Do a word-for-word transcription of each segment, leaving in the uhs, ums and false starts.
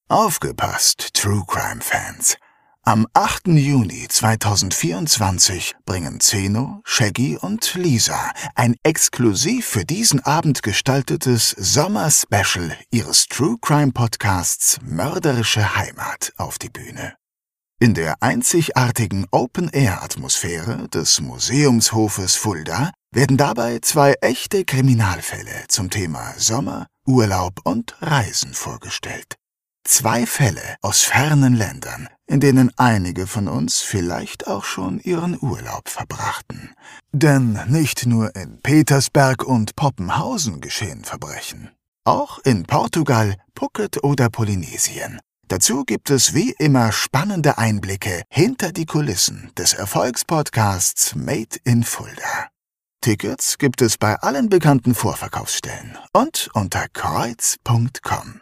Aufgepasst, True Crime Fans! Am achten Juni zweitausendvierundzwanzig bringen Zeno, Shaggy und Lisa ein exklusiv für diesen Abend gestaltetes Sommer-Special ihres True Crime Podcasts Mörderische Heimat auf die Bühne. In der einzigartigen Open-Air-Atmosphäre des Museumshofes Fulda werden dabei zwei echte Kriminalfälle zum Thema Sommer, Urlaub und Reisen vorgestellt. Zwei Fälle aus fernen Ländern, in denen einige von uns vielleicht auch schon ihren Urlaub verbrachten. Denn nicht nur in Petersberg und Poppenhausen geschehen Verbrechen. Auch in Portugal, Phuket oder Polynesien. Dazu gibt es wie immer spannende Einblicke hinter die Kulissen des Erfolgspodcasts Made in Fulda. Tickets gibt es bei allen bekannten Vorverkaufsstellen und unter kreuz punkt com.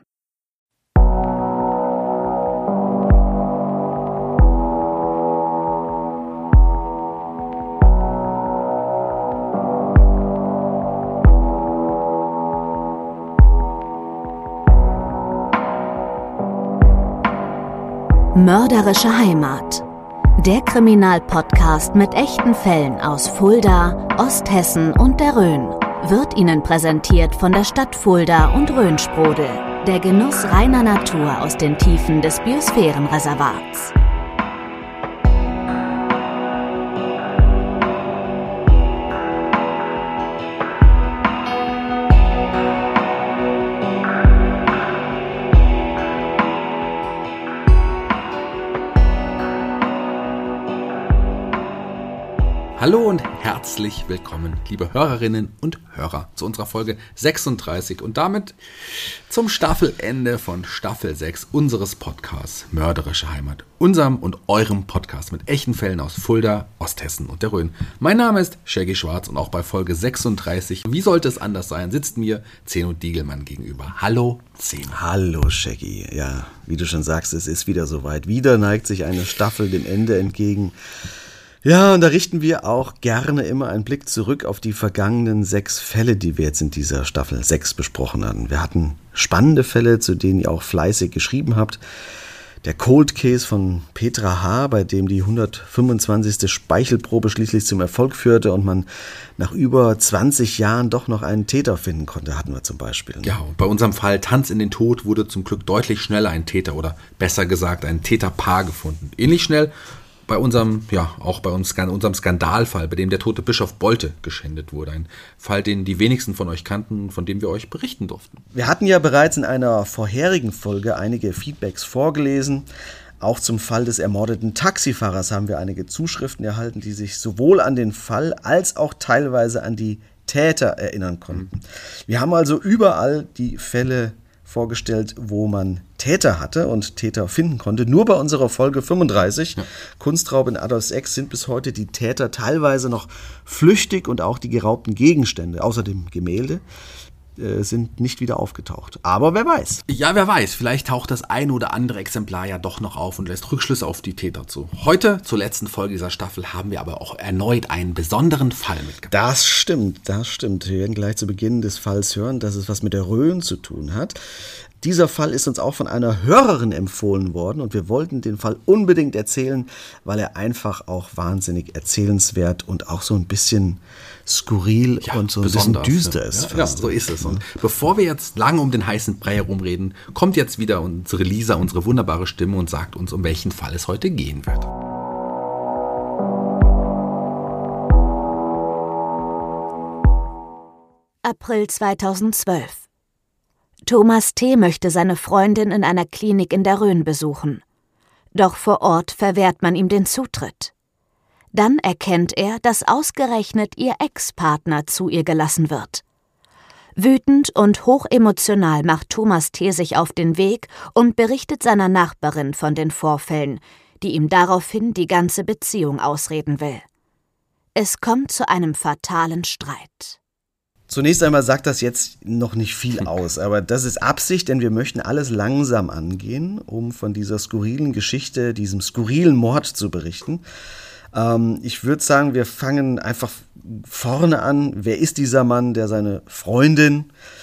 Mörderische Heimat. Der Kriminalpodcast mit echten Fällen aus Fulda, Osthessen und der Rhön wird Ihnen präsentiert von der Stadt Fulda und Rhönsprudel. Der Genuss reiner Natur aus den Tiefen des Biosphärenreservats. Hallo und herzlich willkommen, liebe Hörerinnen und Hörer, zu unserer Folge sechsunddreißig und damit zum Staffelende von Staffel sechs unseres Podcasts Mörderische Heimat, unserem und eurem Podcast mit echten Fällen aus Fulda, Osthessen und der Rhön. Mein Name ist Shaggy Schwarz und auch bei Folge sechsunddreißig, wie sollte es anders sein, sitzt mir Zeno Diegelmann gegenüber. Hallo Zeno. Hallo Shaggy, ja, wie du schon sagst, es ist wieder soweit. Wieder neigt sich eine Staffel dem Ende entgegen. Ja, und da richten wir auch gerne immer einen Blick zurück auf die vergangenen sechs Fälle, die wir jetzt in dieser Staffel sechs besprochen hatten. Wir hatten spannende Fälle, zu denen ihr auch fleißig geschrieben habt. Der Cold Case von Petra H., bei dem die hundertfünfundzwanzigste Speichelprobe schließlich zum Erfolg führte und man nach über zwanzig Jahren doch noch einen Täter finden konnte, hatten wir zum Beispiel. Ja, und bei unserem Fall Tanz in den Tod wurde zum Glück deutlich schneller ein Täter oder besser gesagt ein Täterpaar gefunden. Ähnlich schnell bei unserem, ja, auch bei uns, unserem Skandalfall, bei dem der tote Bischof Bolte geschändet wurde. Ein Fall, den die wenigsten von euch kannten, von dem wir euch berichten durften. Wir hatten ja bereits in einer vorherigen Folge einige Feedbacks vorgelesen. Auch zum Fall des ermordeten Taxifahrers haben wir einige Zuschriften erhalten, die sich sowohl an den Fall als auch teilweise an die Täter erinnern konnten. Mhm. Wir haben also überall die Fälle vorgestellt, wo man Täter hatte und Täter finden konnte. Nur bei unserer Folge fünfunddreißig, ja. Kunstraub in Adolfs Eck, sind bis heute die Täter teilweise noch flüchtig und auch die geraubten Gegenstände, außer dem Gemälde, äh, sind nicht wieder aufgetaucht. Aber wer weiß. Ja, wer weiß. Vielleicht taucht das ein oder andere Exemplar ja doch noch auf und lässt Rückschlüsse auf die Täter zu. Heute, zur letzten Folge dieser Staffel, haben wir aber auch erneut einen besonderen Fall mitgebracht. Das stimmt, das stimmt. Wir werden gleich zu Beginn des Falls hören, dass es was mit der Rhön zu tun hat. Dieser Fall ist uns auch von einer Hörerin empfohlen worden und wir wollten den Fall unbedingt erzählen, weil er einfach auch wahnsinnig erzählenswert und auch so ein bisschen skurril ja, und so ein bisschen düster ist. Ja, ja, so ist es. Und bevor wir jetzt lange um den heißen Brei herumreden, kommt jetzt wieder unsere Lisa, unsere wunderbare Stimme und sagt uns, um welchen Fall es heute gehen wird. April zweitausendzwölf. Thomas T. möchte seine Freundin in einer Klinik in der Rhön besuchen. Doch vor Ort verwehrt man ihm den Zutritt. Dann erkennt er, dass ausgerechnet ihr Ex-Partner zu ihr gelassen wird. Wütend und hochemotional macht Thomas T. sich auf den Weg und berichtet seiner Nachbarin von den Vorfällen, die ihm daraufhin die ganze Beziehung ausreden will. Es kommt zu einem fatalen Streit. Zunächst einmal sagt das jetzt noch nicht viel aus, aber das ist Absicht, denn wir möchten alles langsam angehen, um von dieser skurrilen Geschichte, diesem skurrilen Mord zu berichten. Ähm, ich würde sagen, wir fangen einfach vorne an. Wer ist dieser Mann, der seine Freundin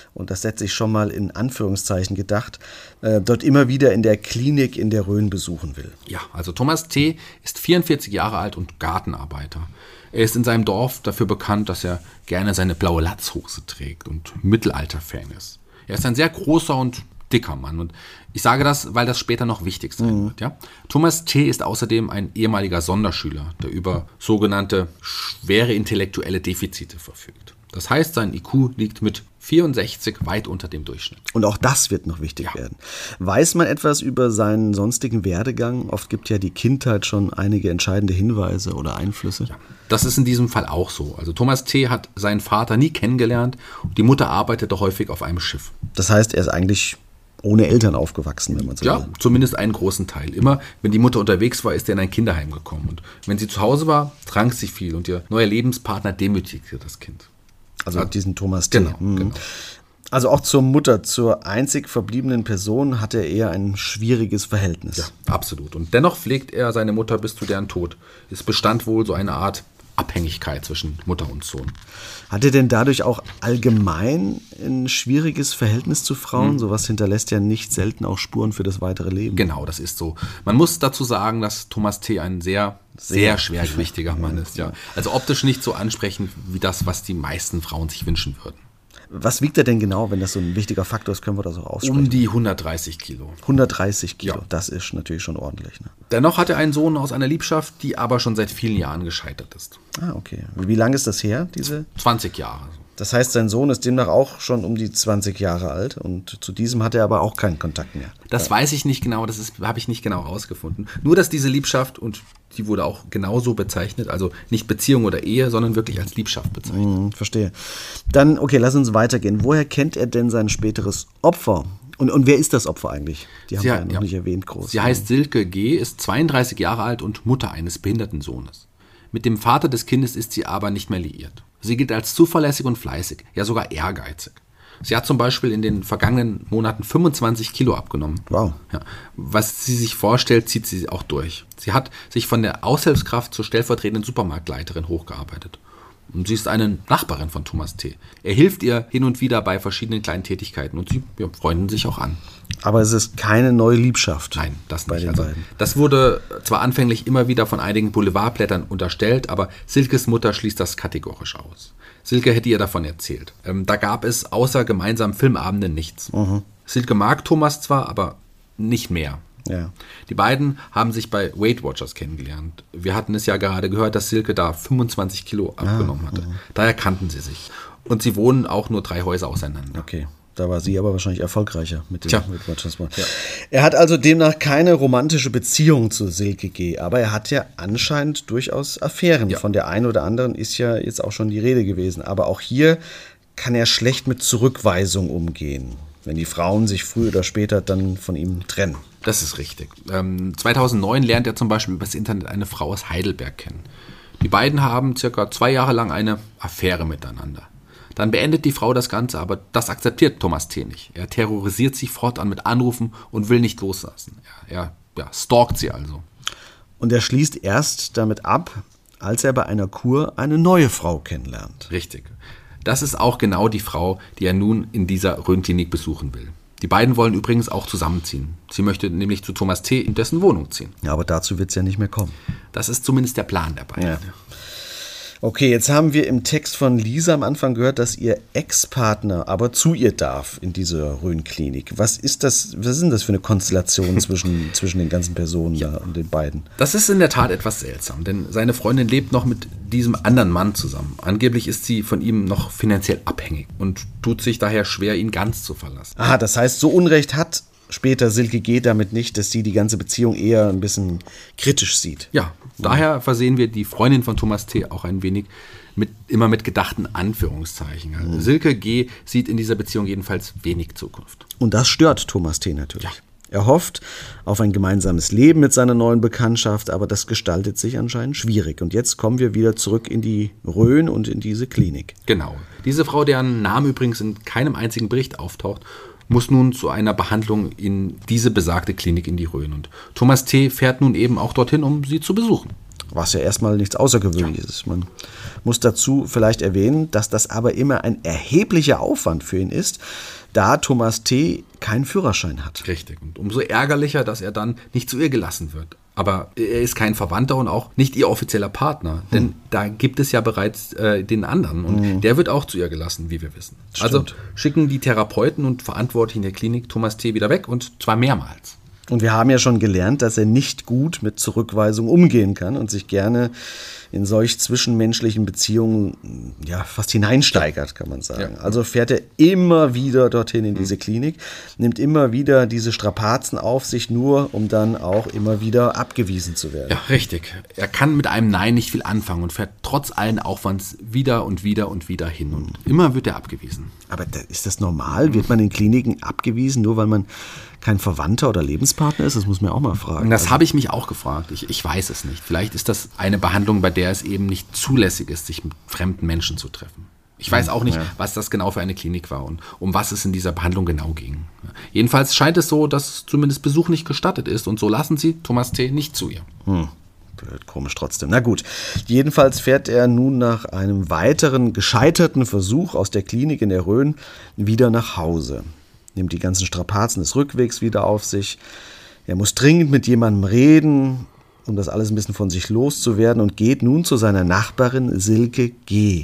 und das setze ich schon mal in Anführungszeichen gedacht, äh, dort immer wieder in der Klinik in der Rhön besuchen will. Ja, also Thomas T. ist vierundvierzig Jahre alt und Gartenarbeiter. Er ist in seinem Dorf dafür bekannt, dass er gerne seine blaue Latzhose trägt und Mittelalter-Fan ist. Er ist ein sehr großer und dicker Mann und ich sage das, weil das später noch wichtig sein mhm. wird. Ja? Thomas T. ist außerdem ein ehemaliger Sonderschüler, der über sogenannte schwere intellektuelle Defizite verfügt. Das heißt, sein I Q liegt mit vierundsechzig weit unter dem Durchschnitt. Und auch das wird noch wichtig ja. werden. Weiß man etwas über seinen sonstigen Werdegang? Oft gibt ja die Kindheit schon einige entscheidende Hinweise oder Einflüsse. Ja, das ist in diesem Fall auch so. Also Thomas T. hat seinen Vater nie kennengelernt und die Mutter arbeitete häufig auf einem Schiff. Das heißt, er ist eigentlich ohne Eltern aufgewachsen, wenn man so ja, will. Ja, zumindest einen großen Teil. Immer, wenn die Mutter unterwegs war, ist er in ein Kinderheim gekommen. Und wenn sie zu Hause war, trank sie viel und ihr neuer Lebenspartner demütigte das Kind. Also diesen Thomas T. Genau, mhm. genau. Also auch zur Mutter, zur einzig verbliebenen Person hat er eher ein schwieriges Verhältnis. Ja, absolut. Und dennoch pflegt er seine Mutter bis zu deren Tod. Es bestand wohl so eine Art Abhängigkeit zwischen Mutter und Sohn. Hat er denn dadurch auch allgemein ein schwieriges Verhältnis zu Frauen? Mhm. Sowas hinterlässt ja nicht selten auch Spuren für das weitere Leben. Genau, das ist so. Man muss dazu sagen, dass Thomas T. ein sehr, sehr, sehr schwergewichtiger Mann ist. Ja. Also optisch nicht so ansprechend wie das, was die meisten Frauen sich wünschen würden. Was wiegt er denn genau, wenn das so ein wichtiger Faktor ist, können wir das auch aussprechen? Um die hundertdreißig Kilo. hundertdreißig Kilo, ja. Das ist natürlich schon ordentlich. Ne? Dennoch hat er einen Sohn aus einer Liebschaft, die aber schon seit vielen Jahren gescheitert ist. Ah, okay. Wie lange ist das her, diese? zwanzig Jahre. Das heißt, sein Sohn ist demnach auch schon um die zwanzig Jahre alt und zu diesem hat er aber auch keinen Kontakt mehr. Das weiß ich nicht genau, das habe ich nicht genau rausgefunden. Nur, dass diese Liebschaft, und die wurde auch genauso bezeichnet, also nicht Beziehung oder Ehe, sondern wirklich als Liebschaft bezeichnet. Hm, verstehe. Dann, okay, lass uns weitergehen. Woher kennt er denn sein späteres Opfer? Und, und wer ist das Opfer eigentlich? Die haben Sie, wir ja noch ja. nicht erwähnt groß. Sie heißt Silke G., ist zweiunddreißig Jahre alt und Mutter eines behinderten Sohnes. Mit dem Vater des Kindes ist sie aber nicht mehr liiert. Sie gilt als zuverlässig und fleißig, ja sogar ehrgeizig. Sie hat zum Beispiel in den vergangenen Monaten fünfundzwanzig Kilo abgenommen. Wow. Ja, was sie sich vorstellt, zieht sie auch durch. Sie hat sich von der Aushilfskraft zur stellvertretenden Supermarktleiterin hochgearbeitet. Und sie ist eine Nachbarin von Thomas T. Er hilft ihr hin und wieder bei verschiedenen kleinen Tätigkeiten und sie ja, freunden sich auch an. Aber es ist keine neue Liebschaft. Nein, das bei nicht. Den also, beiden. Das wurde zwar anfänglich immer wieder von einigen Boulevardblättern unterstellt, aber Silkes Mutter schließt das kategorisch aus. Silke hätte ihr davon erzählt. Ähm, da gab es außer gemeinsamen Filmabenden nichts. Mhm. Silke mag Thomas zwar, aber nicht mehr. Ja. Die beiden haben sich bei Weight Watchers kennengelernt. Wir hatten es ja gerade gehört, dass Silke da fünfundzwanzig Kilo abgenommen ah, hatte. Mhm. Daher kannten sie sich. Und sie wohnen auch nur drei Häuser auseinander. Okay. Da war sie aber wahrscheinlich erfolgreicher mit dem Tja. Weight Watchers. Ja. Er hat also demnach keine romantische Beziehung zu Silke G., aber er hat ja anscheinend durchaus Affären. Ja. Von der einen oder anderen ist ja jetzt auch schon die Rede gewesen. Aber auch hier kann er schlecht mit Zurückweisung umgehen, wenn die Frauen sich früher oder später dann von ihm trennen. Das ist richtig. Ähm, zweitausendneun lernt er zum Beispiel übers Internet eine Frau aus Heidelberg kennen. Die beiden haben circa zwei Jahre lang eine Affäre miteinander. Dann beendet die Frau das Ganze, aber das akzeptiert Thomas T. nicht. Er terrorisiert sie fortan mit Anrufen und will nicht loslassen. Er, er ja, stalkt sie also. Und er schließt erst damit ab, als er bei einer Kur eine neue Frau kennenlernt. Richtig. Das ist auch genau die Frau, die er nun in dieser Rhön-Klinik besuchen will. Die beiden wollen übrigens auch zusammenziehen. Sie möchte nämlich zu Thomas T. in dessen Wohnung ziehen. Ja, aber dazu wird es ja nicht mehr kommen. Das ist zumindest der Plan der beiden. Ja. Okay, jetzt haben wir im Text von Lisa am Anfang gehört, dass ihr Ex-Partner aber zu ihr darf in diese Rhön-Klinik. Was ist das, was ist denn das für eine Konstellation zwischen, zwischen den ganzen Personen ja. da und den beiden? Das ist in der Tat etwas seltsam, denn seine Freundin lebt noch mit diesem anderen Mann zusammen. Angeblich ist sie von ihm noch finanziell abhängig und tut sich daher schwer, ihn ganz zu verlassen. Aha, das heißt, so Unrecht hat später Silke G. damit nicht, dass sie die ganze Beziehung eher ein bisschen kritisch sieht. Ja, daher versehen wir die Freundin von Thomas T. auch ein wenig mit, immer mit gedachten Anführungszeichen. Also mhm. Silke G. sieht in dieser Beziehung jedenfalls wenig Zukunft. Und das stört Thomas T. natürlich. Ja. Er hofft auf ein gemeinsames Leben mit seiner neuen Bekanntschaft, aber das gestaltet sich anscheinend schwierig. Und jetzt kommen wir wieder zurück in die Rhön und in diese Klinik. Genau. Diese Frau, deren Name übrigens in keinem einzigen Bericht auftaucht, muss nun zu einer Behandlung in diese besagte Klinik in die Rhön. Und Thomas T. fährt nun eben auch dorthin, um sie zu besuchen. Was ja erstmal nichts Außergewöhnliches ist. Man muss dazu vielleicht erwähnen, dass das aber immer ein erheblicher Aufwand für ihn ist, da Thomas T. keinen Führerschein hat. Richtig. Und umso ärgerlicher, dass er dann nicht zu ihr gelassen wird. Aber er ist kein Verwandter und auch nicht ihr offizieller Partner. Denn hm. da gibt es ja bereits äh, den anderen. Und hm. der wird auch zu ihr gelassen, wie wir wissen. Stimmt. Also schicken die Therapeuten und Verantwortlichen der Klinik Thomas T. wieder weg. Und zwar mehrmals. Und wir haben ja schon gelernt, dass er nicht gut mit Zurückweisung umgehen kann und sich gerne in solch zwischenmenschlichen Beziehungen ja fast hineinsteigert, kann man sagen. Ja. Also fährt er immer wieder dorthin in diese Klinik, nimmt immer wieder diese Strapazen auf sich, nur um dann auch immer wieder abgewiesen zu werden. Ja, richtig. Er kann mit einem Nein nicht viel anfangen und fährt trotz allen Aufwands wieder und wieder und wieder hin. Und immer wird er abgewiesen. Aber ist das normal? Wird man in Kliniken abgewiesen, nur weil man kein Verwandter oder Lebenspartner ist? Das muss man auch mal fragen. Das also, habe ich mich auch gefragt. Ich, ich weiß es nicht. Vielleicht ist das eine Behandlung, bei der es eben nicht zulässig ist, sich mit fremden Menschen zu treffen. Ich weiß auch nicht, ja. was das genau für eine Klinik war und um was es in dieser Behandlung genau ging. Jedenfalls scheint es so, dass zumindest Besuch nicht gestattet ist und so lassen sie Thomas T. nicht zu ihr. Hm. Blöd, komisch trotzdem. Na gut, jedenfalls fährt er nun nach einem weiteren gescheiterten Versuch aus der Klinik in der Rhön wieder nach Hause. Nimmt die ganzen Strapazen des Rückwegs wieder auf sich. Er muss dringend mit jemandem reden, um das alles ein bisschen von sich loszuwerden und geht nun zu seiner Nachbarin Silke G.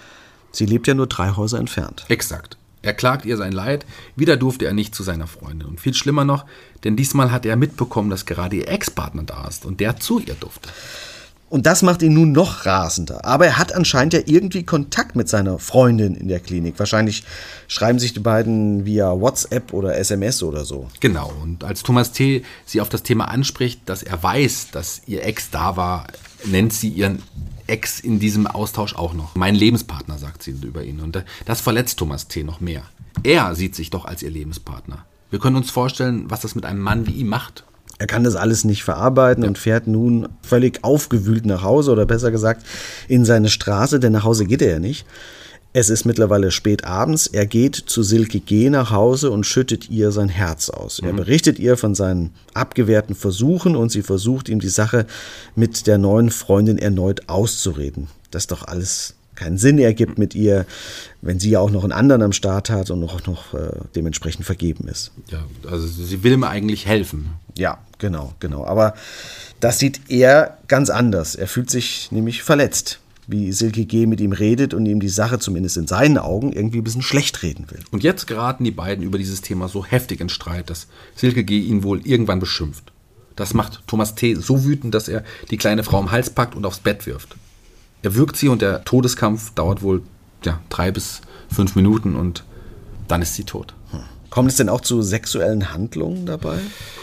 Sie lebt ja nur drei Häuser entfernt. Exakt. Er klagt ihr sein Leid, wieder durfte er nicht zu seiner Freundin. Und viel schlimmer noch, denn diesmal hat er mitbekommen, dass gerade ihr Ex-Partner da ist und der zu ihr durfte. Und das macht ihn nun noch rasender. Aber er hat anscheinend ja irgendwie Kontakt mit seiner Freundin in der Klinik. Wahrscheinlich schreiben sich die beiden via WhatsApp oder S M S oder so. Genau. Und als Thomas T. sie auf das Thema anspricht, dass er weiß, dass ihr Ex da war, nennt sie ihren Ex in diesem Austausch auch noch. Mein Lebenspartner, sagt sie über ihn. Und das verletzt Thomas T. noch mehr. Er sieht sich doch als ihr Lebenspartner. Wir können uns vorstellen, was das mit einem Mann wie ihm macht. Er kann das alles nicht verarbeiten ja. und fährt nun völlig aufgewühlt nach Hause oder besser gesagt in seine Straße, denn nach Hause geht er ja nicht. Es ist mittlerweile spät abends. Er geht zu Silke G. nach Hause und schüttet ihr sein Herz aus. Mhm. Er berichtet ihr von seinen abgewehrten Versuchen und sie versucht ihm die Sache mit der neuen Freundin erneut auszureden. Das doch alles keinen Sinn ergibt mit ihr, wenn sie ja auch noch einen anderen am Start hat und auch noch äh, dementsprechend vergeben ist. Ja, also sie will ihm eigentlich helfen. Ja, genau, genau. Aber das sieht er ganz anders. Er fühlt sich nämlich verletzt, wie Silke G. mit ihm redet und ihm die Sache zumindest in seinen Augen irgendwie ein bisschen schlecht reden will. Und jetzt geraten die beiden über dieses Thema so heftig in Streit, dass Silke G. ihn wohl irgendwann beschimpft. Das macht Thomas T. so wütend, dass er die kleine Frau am Hals packt und aufs Bett wirft. Er würgt sie und der Todeskampf dauert wohl ja, drei bis fünf Minuten und dann ist sie tot. Hm. Kommt es denn auch zu sexuellen Handlungen dabei?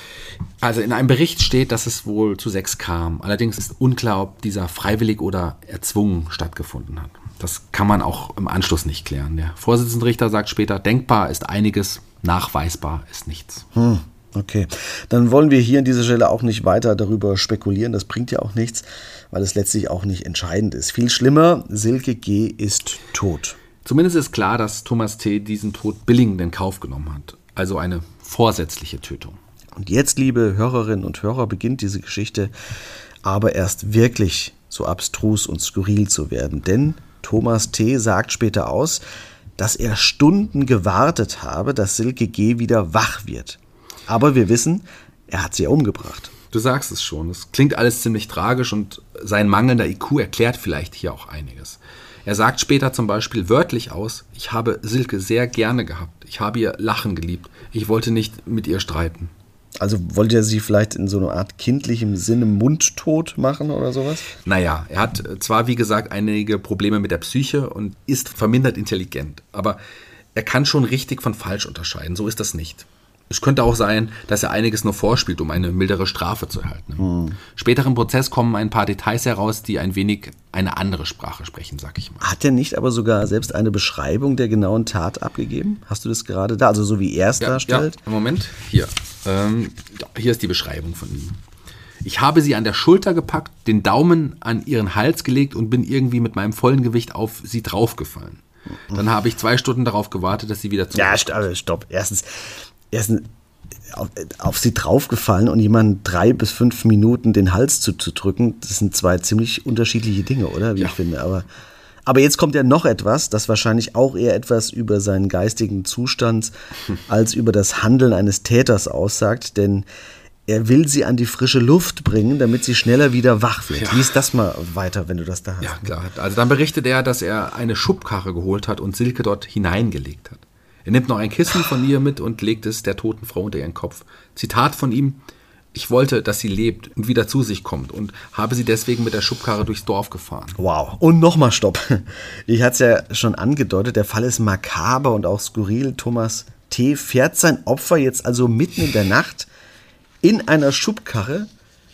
Also in einem Bericht steht, dass es wohl zu Sex kam. Allerdings ist unklar, ob dieser freiwillig oder erzwungen stattgefunden hat. Das kann man auch im Anschluss nicht klären. Der Vorsitzende Richter sagt später, denkbar ist einiges, nachweisbar ist nichts. Hm. Okay, dann wollen wir hier an dieser Stelle auch nicht weiter darüber spekulieren. Das bringt ja auch nichts, weil es letztlich auch nicht entscheidend ist. Viel schlimmer, Silke G. ist tot. Zumindest ist klar, dass Thomas T. diesen Tod billigend in Kauf genommen hat. Also eine vorsätzliche Tötung. Und jetzt, liebe Hörerinnen und Hörer, beginnt diese Geschichte aber erst wirklich so abstrus und skurril zu werden. Denn Thomas T. sagt später aus, dass er Stunden gewartet habe, dass Silke G. wieder wach wird. Aber wir wissen, er hat sie ja umgebracht. Du sagst es schon, es klingt alles ziemlich tragisch und sein mangelnder I Q erklärt vielleicht hier auch einiges. Er sagt später zum Beispiel wörtlich aus, ich habe Silke sehr gerne gehabt, ich habe ihr Lachen geliebt, ich wollte nicht mit ihr streiten. Also wollte er sie vielleicht in so einer Art kindlichem Sinne mundtot machen oder sowas? Naja, er hat zwar wie gesagt einige Probleme mit der Psyche und ist vermindert intelligent, aber er kann schon richtig von falsch unterscheiden, so ist das nicht. Es könnte auch sein, dass er einiges nur vorspielt, um eine mildere Strafe zu erhalten. Hm. Später im Prozess kommen ein paar Details heraus, die ein wenig eine andere Sprache sprechen, sag ich mal. Hat er nicht aber sogar selbst eine Beschreibung der genauen Tat abgegeben? Hast du das gerade da? Also so wie er es ja, darstellt? Ja, Moment, hier. Ähm, hier ist die Beschreibung von ihm. Ich habe sie an der Schulter gepackt, den Daumen an ihren Hals gelegt und bin irgendwie mit meinem vollen Gewicht auf sie draufgefallen. Dann habe ich zwei Stunden darauf gewartet, dass sie wieder zu Ja, st- also stopp. Erstens... Erstens, auf, auf sie draufgefallen und jemanden drei bis fünf Minuten den Hals zuzudrücken, das sind zwei ziemlich unterschiedliche Dinge, oder? Wie ja. ich finde. Aber, aber jetzt kommt ja noch etwas, das wahrscheinlich auch eher etwas über seinen geistigen Zustand hm. als über das Handeln eines Täters aussagt, denn er will sie an die frische Luft bringen, damit sie schneller wieder wach wird. Ja. Lies das mal weiter, wenn du das da hast. Ja, klar. Also dann berichtet er, dass er eine Schubkarre geholt hat und Silke dort hineingelegt hat. Er nimmt noch ein Kissen von ihr mit und legt es der toten Frau unter ihren Kopf. Zitat von ihm: Ich wollte, dass sie lebt und wieder zu sich kommt und habe sie deswegen mit der Schubkarre durchs Dorf gefahren. Wow. Und nochmal Stopp. Ich hatte es ja schon angedeutet, der Fall ist makaber und auch skurril. Thomas T. fährt sein Opfer jetzt also mitten in der Nacht in einer Schubkarre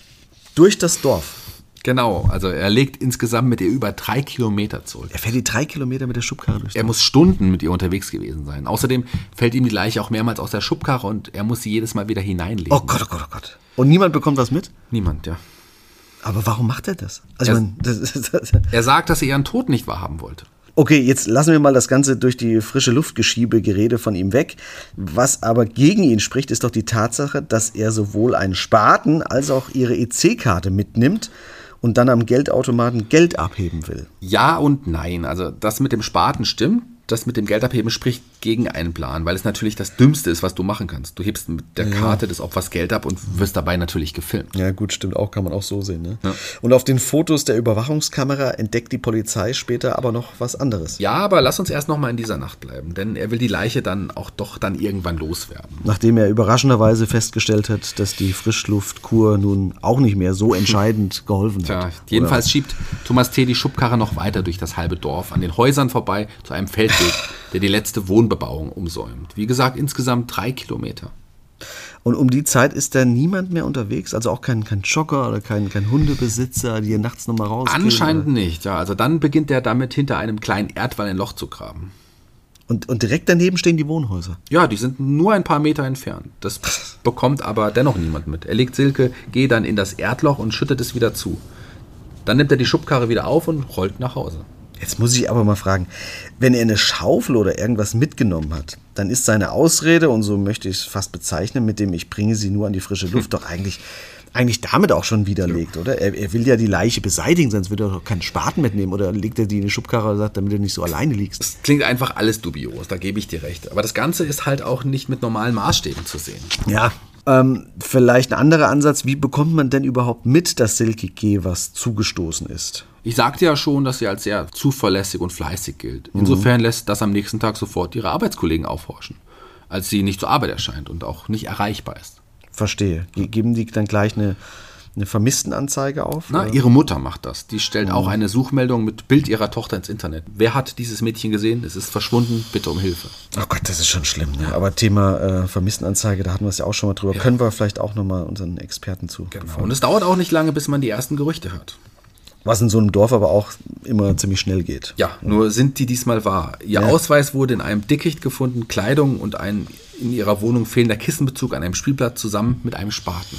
durch das Dorf. Genau, also er legt insgesamt mit ihr über drei Kilometer zurück. Er fährt die drei Kilometer mit der Schubkarre durch. Er muss Stunden mit ihr unterwegs gewesen sein. Außerdem fällt ihm die Leiche auch mehrmals aus der Schubkarre und er muss sie jedes Mal wieder hineinlegen. Oh Gott, oh Gott, oh Gott. Und niemand bekommt was mit? Niemand, ja. Aber warum macht er das? Also er, ich mein, das, das, das er sagt, dass er ihren Tod nicht wahrhaben wollte. Okay, jetzt lassen wir mal das Ganze durch die frische Luftgeschiebe-Gerede von ihm weg. Was aber gegen ihn spricht, ist doch die Tatsache, dass er sowohl einen Spaten als auch ihre E C-Karte mitnimmt und dann am Geldautomaten Geld abheben will. Ja und nein. Also das mit dem Spaten stimmt. Das mit dem Geldabheben spricht gegen einen Plan, weil es natürlich das Dümmste ist, was du machen kannst. Du hebst mit der ja. Karte des Opfers Geld ab und wirst dabei natürlich gefilmt. Ja gut, stimmt auch, kann man auch so sehen. Ne? Ja. Und auf den Fotos der Überwachungskamera entdeckt die Polizei später aber noch was anderes. Ja, aber lass uns erst noch mal in dieser Nacht bleiben, denn er will die Leiche dann auch doch dann irgendwann loswerden. Nachdem er überraschenderweise festgestellt hat, dass die Frischluftkur nun auch nicht mehr so entscheidend geholfen Tja, hat. Jedenfalls Oder? schiebt Thomas T. die Schubkarre noch weiter durch das halbe Dorf, an den Häusern vorbei, zu einem Feld, der die letzte Wohnbebauung umsäumt. Wie gesagt, insgesamt drei Kilometer. Und um die Zeit ist da niemand mehr unterwegs? Also auch kein, kein Jogger oder kein, kein Hundebesitzer, die hier nachts nochmal rausgehen? Anscheinend oder? nicht, ja. Also dann beginnt er damit, hinter einem kleinen Erdwall ein Loch zu graben. Und, und direkt daneben stehen die Wohnhäuser? Ja, die sind nur ein paar Meter entfernt. Das bekommt aber dennoch niemand mit. Er legt Silke G. dann in das Erdloch und schüttet es wieder zu. Dann nimmt er die Schubkarre wieder auf und rollt nach Hause. Jetzt muss ich aber mal fragen, wenn er eine Schaufel oder irgendwas mitgenommen hat, dann ist seine Ausrede, und so möchte ich es fast bezeichnen, mit dem ich bringe sie nur an die frische Luft, doch eigentlich, eigentlich damit auch schon widerlegt, ja. oder? Er, er will ja die Leiche beseitigen, sonst würde er doch keinen Spaten mitnehmen, oder legt er die in die Schubkarre und sagt, damit du nicht so alleine liegst. Das klingt einfach alles dubios, da gebe ich dir recht. Aber das Ganze ist halt auch nicht mit normalen Maßstäben zu sehen. Ja, ähm, vielleicht ein anderer Ansatz, wie bekommt man denn überhaupt mit, dass Silke G. was zugestoßen ist? Ich sagte ja schon, dass sie als sehr zuverlässig und fleißig gilt. Insofern lässt das am nächsten Tag sofort ihre Arbeitskollegen aufhorchen, als sie nicht zur Arbeit erscheint und auch nicht erreichbar ist. Verstehe. Geben die dann gleich eine, eine Vermisstenanzeige auf? Na, oder? Ihre Mutter macht das. Die stellt mhm. auch eine Suchmeldung mit Bild ihrer Tochter ins Internet. Wer hat dieses Mädchen gesehen? Es ist verschwunden. Bitte um Hilfe. Oh Gott, das ist schon schlimm. Ne? Aber Thema äh, Vermisstenanzeige, da hatten wir es ja auch schon mal drüber. Ja. Können wir vielleicht auch nochmal unseren Experten zu. Genau. Und es dauert auch nicht lange, bis man die ersten Gerüchte hört. Was in so einem Dorf aber auch immer ziemlich schnell geht. Ja, nur sind die diesmal wahr. Ihr ja. Ausweis wurde in einem Dickicht gefunden, Kleidung und ein in ihrer Wohnung fehlender Kissenbezug an einem Spielplatz zusammen mit einem Spaten.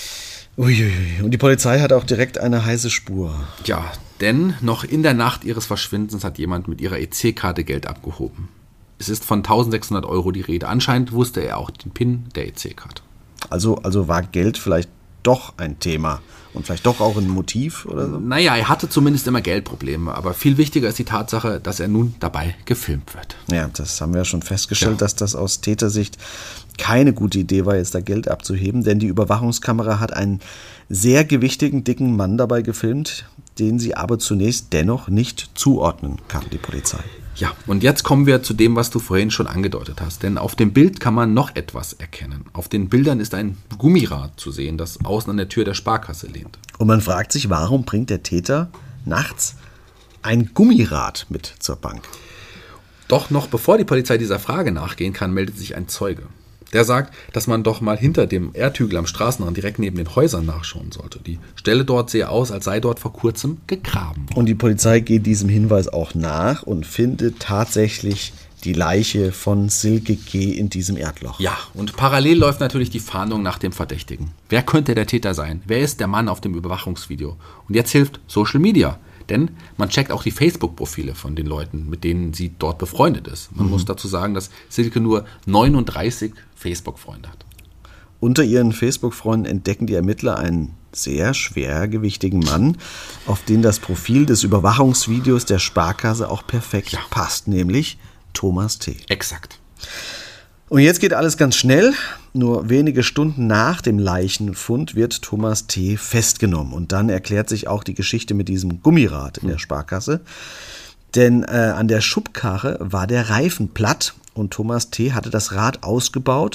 Uiuiui. Und die Polizei hat auch direkt eine heiße Spur. Ja, denn noch in der Nacht ihres Verschwindens hat jemand mit ihrer E C-Karte Geld abgehoben. Es ist von eintausendsechshundert Euro die Rede. Anscheinend wusste er auch den PIN der E C-Karte. Also, also war Geld vielleicht doch ein Thema. Und vielleicht doch auch ein Motiv oder so? Naja, er hatte zumindest immer Geldprobleme. Aber viel wichtiger ist die Tatsache, dass er nun dabei gefilmt wird. Ja, das haben wir ja schon festgestellt, ja. dass das aus Tätersicht keine gute Idee war, jetzt da Geld abzuheben. Denn die Überwachungskamera hat einen sehr gewichtigen, dicken Mann dabei gefilmt, den sie aber zunächst dennoch nicht zuordnen kann, die Polizei. Ja, und jetzt kommen wir zu dem, was du vorhin schon angedeutet hast. Denn auf dem Bild kann man noch etwas erkennen. Auf den Bildern ist ein Gummirad zu sehen, das außen an der Tür der Sparkasse lehnt. Und man fragt sich, warum bringt der Täter nachts ein Gummirad mit zur Bank? Doch noch bevor die Polizei dieser Frage nachgehen kann, meldet sich ein Zeuge. Der sagt, dass man doch mal hinter dem Erdhügel am Straßenrand direkt neben den Häusern nachschauen sollte. Die Stelle dort sehe aus, als sei dort vor kurzem gegraben worden. Und die Polizei geht diesem Hinweis auch nach und findet tatsächlich die Leiche von Silke G. in diesem Erdloch. Ja, und parallel läuft natürlich die Fahndung nach dem Verdächtigen. Wer könnte der Täter sein? Wer ist der Mann auf dem Überwachungsvideo? Und jetzt hilft Social Media. Denn man checkt auch die Facebook-Profile von den Leuten, mit denen sie dort befreundet ist. Man mhm. muss dazu sagen, dass Silke nur neununddreißig Facebook-Freunde hat. unter ihren Facebook-Freunden entdecken die Ermittler einen sehr schwergewichtigen Mann, auf den das Profil des Überwachungsvideos der Sparkasse auch perfekt ja. passt, nämlich Thomas T. Exakt. Und jetzt geht alles ganz schnell. Nur wenige Stunden nach dem Leichenfund wird Thomas T. festgenommen. Und dann erklärt sich auch die Geschichte mit diesem Gummirad in der Sparkasse. Denn äh, an der Schubkarre war der Reifen platt und Thomas T. hatte das Rad ausgebaut,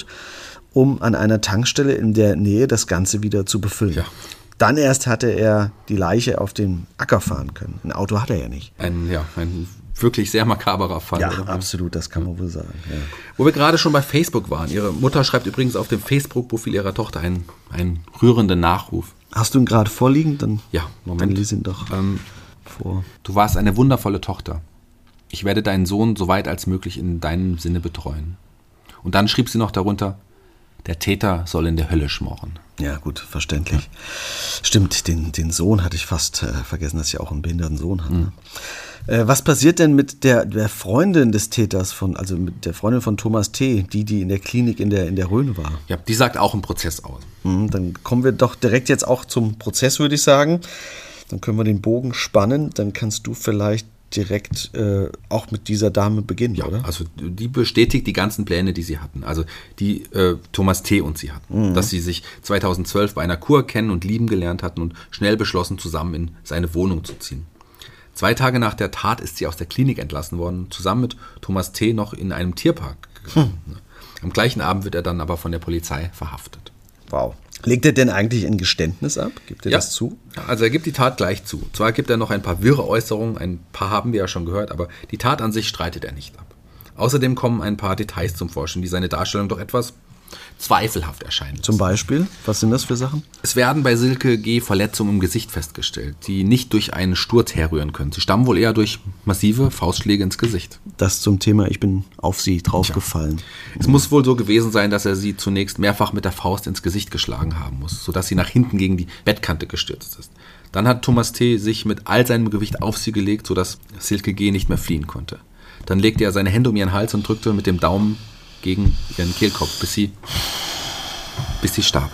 um an einer Tankstelle in der Nähe das Ganze wieder zu befüllen. Ja. Dann erst hatte er die Leiche auf den Acker fahren können. Ein Auto hat er ja nicht. Ein, ja, ein wirklich sehr makaberer Fall. Ja, oder? Absolut, das kann man wohl sagen. Ja. Wo wir gerade schon bei Facebook waren. Ihre Mutter schreibt übrigens auf dem Facebook-Profil ihrer Tochter einen, einen rührenden Nachruf. Hast du ihn gerade vorliegen? Dann, ja, Moment. Dann lies ihn doch ähm, vor. Du warst eine wundervolle Tochter. Ich werde deinen Sohn so weit als möglich in deinem Sinne betreuen. Und dann schrieb sie noch darunter, der Täter soll in der Hölle schmoren. Ja, gut, verständlich. Ja. Stimmt, den, den Sohn hatte ich fast äh, vergessen, dass ich auch einen behinderten Sohn hatte. Mhm. Äh, was passiert denn mit der, der Freundin des Täters, von, also mit der Freundin von Thomas T., die, die in der Klinik in der, in der Rhön war? Ja, die sagt auch im Prozess aus. Mhm, dann kommen wir doch direkt jetzt auch zum Prozess, würde ich sagen. Dann können wir den Bogen spannen. Dann kannst du vielleicht direkt äh, auch mit dieser Dame beginnen, ja, oder? Also die bestätigt die ganzen Pläne, die sie hatten. Also die äh, Thomas T. und sie hatten. Mhm. Dass sie sich zweitausendzwölf bei einer Kur kennen und lieben gelernt hatten und schnell beschlossen, zusammen in seine Wohnung zu ziehen. Zwei Tage nach der Tat ist sie aus der Klinik entlassen worden, zusammen mit Thomas T. noch in einem Tierpark gegangen. Hm. Am gleichen Abend wird er dann aber von der Polizei verhaftet. Wow. Legt er denn eigentlich ein Geständnis ab? Gibt er ja. das zu? Also er gibt die Tat gleich zu. Zwar gibt er noch ein paar wirre Äußerungen, ein paar haben wir ja schon gehört, aber die Tat an sich streitet er nicht ab. Außerdem kommen ein paar Details zum Vorschein, die seine Darstellung doch etwas zweifelhaft erscheinen lassen. Zum Beispiel? Was sind das für Sachen? Es werden bei Silke G. Verletzungen im Gesicht festgestellt, die nicht durch einen Sturz herrühren können. Sie stammen wohl eher durch massive Faustschläge ins Gesicht. Das zum Thema, ich bin auf sie draufgefallen. Es muss wohl so gewesen sein, dass er sie zunächst mehrfach mit der Faust ins Gesicht geschlagen haben muss, sodass sie nach hinten gegen die Bettkante gestürzt ist. Dann hat Thomas T. sich mit all seinem Gewicht auf sie gelegt, sodass Silke G. nicht mehr fliehen konnte. Dann legte er seine Hände um ihren Hals und drückte mit dem Daumen gegen ihren Kehlkopf, bis sie, bis sie starb.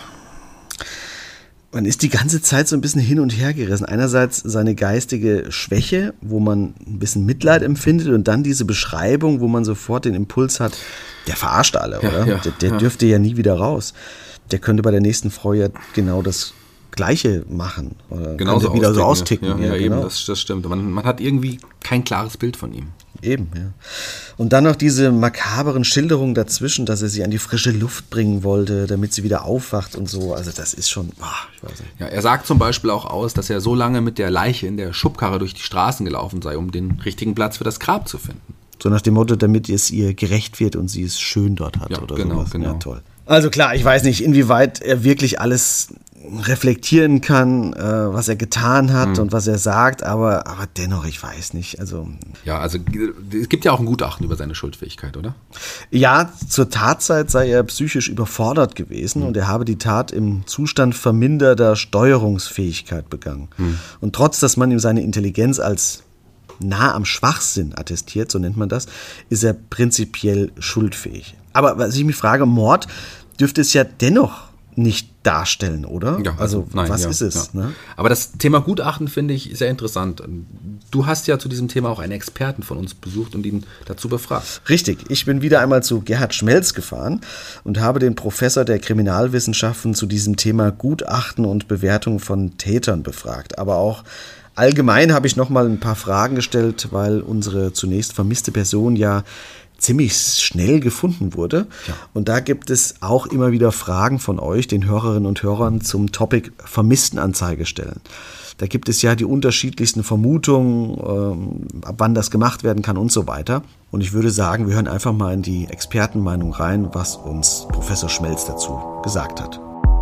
Man ist die ganze Zeit so ein bisschen hin und her gerissen. Einerseits seine geistige Schwäche, wo man ein bisschen Mitleid empfindet, und dann diese Beschreibung, wo man sofort den Impuls hat, der verarscht alle, ja, oder? Ja, der der ja. dürfte ja nie wieder raus. Der könnte bei der nächsten Frau ja genau das Gleiche machen. Oder Genauso könnte wieder so austicken. austicken. Ja, ja, ja, genau. eben, das, das stimmt. Man, man hat irgendwie kein klares Bild von ihm. Eben, ja. Und dann noch diese makaberen Schilderungen dazwischen, dass er sie an die frische Luft bringen wollte, damit sie wieder aufwacht und so. Also das ist schon, oh, ich weiß nicht. Ja, er sagt zum Beispiel auch aus, dass er so lange mit der Leiche in der Schubkarre durch die Straßen gelaufen sei, um den richtigen Platz für das Grab zu finden. So nach dem Motto, damit es ihr gerecht wird und sie es schön dort hat, ja, oder genau, sowas. Genau. Ja, toll. Also klar, ich weiß nicht, inwieweit er wirklich alles reflektieren kann, äh, was er getan hat mhm. und was er sagt, aber, aber dennoch, ich weiß nicht. Also ja, also es gibt ja auch ein Gutachten über seine Schuldfähigkeit, oder? Ja, zur Tatzeit sei er psychisch überfordert gewesen mhm. und er habe die Tat im Zustand verminderter Steuerungsfähigkeit begangen. Mhm. Und trotz, dass man ihm seine Intelligenz als nah am Schwachsinn attestiert, so nennt man das, ist er prinzipiell schuldfähig. Aber was ich mich frage, Mord dürfte es ja dennoch nicht darstellen, oder? Ja, also, also nein, was ja, ist es? Ja. Ne? Aber das Thema Gutachten finde ich sehr interessant. Du hast ja zu diesem Thema auch einen Experten von uns besucht und ihn dazu befragt. Richtig, ich bin wieder einmal zu Gerhard Schmelz gefahren und habe den Professor der Kriminalwissenschaften zu diesem Thema Gutachten und Bewertung von Tätern befragt. Aber auch allgemein habe ich noch mal ein paar Fragen gestellt, weil unsere zunächst vermisste Person ja ziemlich schnell gefunden wurde. Ja. Und da gibt es auch immer wieder Fragen von euch, den Hörerinnen und Hörern, zum Topic Vermisstenanzeige stellen. Da gibt es ja die unterschiedlichsten Vermutungen, ähm, ab wann das gemacht werden kann und so weiter. Und ich würde sagen, wir hören einfach mal in die Expertenmeinung rein, was uns Professor Schmelz dazu gesagt hat.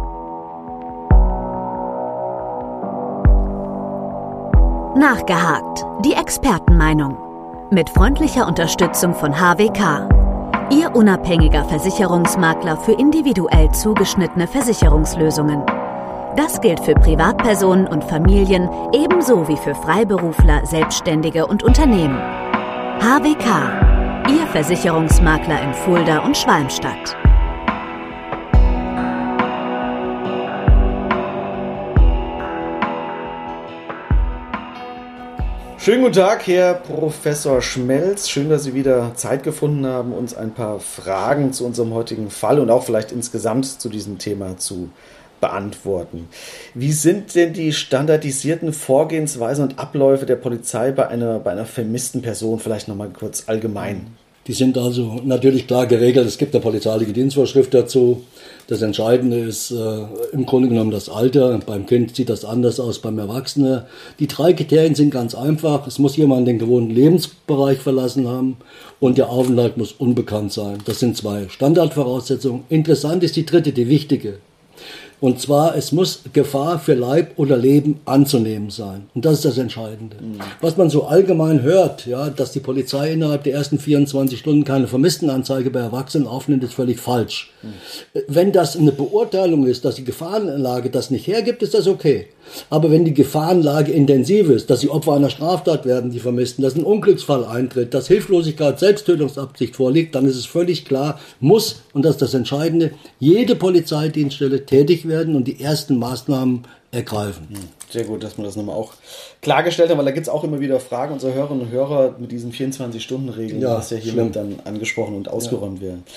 Nachgehakt. Die Expertenmeinung. Mit freundlicher Unterstützung von H W K. Ihr unabhängiger Versicherungsmakler für individuell zugeschnittene Versicherungslösungen. Das gilt für Privatpersonen und Familien ebenso wie für Freiberufler, Selbstständige und Unternehmen. H W K. Ihr Versicherungsmakler in Fulda und Schwalmstadt. Schönen guten Tag, Herr Professor Schmelz. Schön, dass Sie wieder Zeit gefunden haben, uns ein paar Fragen zu unserem heutigen Fall und auch vielleicht insgesamt zu diesem Thema zu beantworten. Wie sind denn die standardisierten Vorgehensweisen und Abläufe der Polizei bei einer, bei einer vermissten Person? Vielleicht nochmal kurz allgemein. Die sind also natürlich klar geregelt. Es gibt eine polizeiliche Dienstvorschrift dazu. Das Entscheidende ist äh, im Grunde genommen das Alter. Beim Kind sieht das anders aus, beim Erwachsenen. Die drei Kriterien sind ganz einfach. Es muss jemand den gewohnten Lebensbereich verlassen haben und der Aufenthalt muss unbekannt sein. Das sind zwei Standardvoraussetzungen. Interessant ist die dritte, die wichtige. Und zwar, es muss Gefahr für Leib oder Leben anzunehmen sein. Und das ist das Entscheidende. Mhm. Was man so allgemein hört, ja, dass die Polizei innerhalb der ersten vierundzwanzig Stunden keine Vermisstenanzeige bei Erwachsenen aufnimmt, ist völlig falsch. Mhm. Wenn das eine Beurteilung ist, dass die Gefahrenlage das nicht hergibt, ist das okay. Aber wenn die Gefahrenlage intensiv ist, dass sie Opfer einer Straftat werden, die Vermissten, dass ein Unglücksfall eintritt, dass Hilflosigkeit, Selbsttötungsabsicht vorliegt, dann ist es völlig klar, muss, und das ist das Entscheidende, jede Polizeidienststelle tätig werden und die ersten Maßnahmen ergreifen. Sehr gut, dass wir das nochmal auch klargestellt haben, weil da gibt es auch immer wieder Fragen unserer Hörerinnen und Hörer mit diesen vierundzwanzig-Stunden-Regeln, ja, was ja hier schlimm. dann angesprochen und ausgeräumt ja. werden.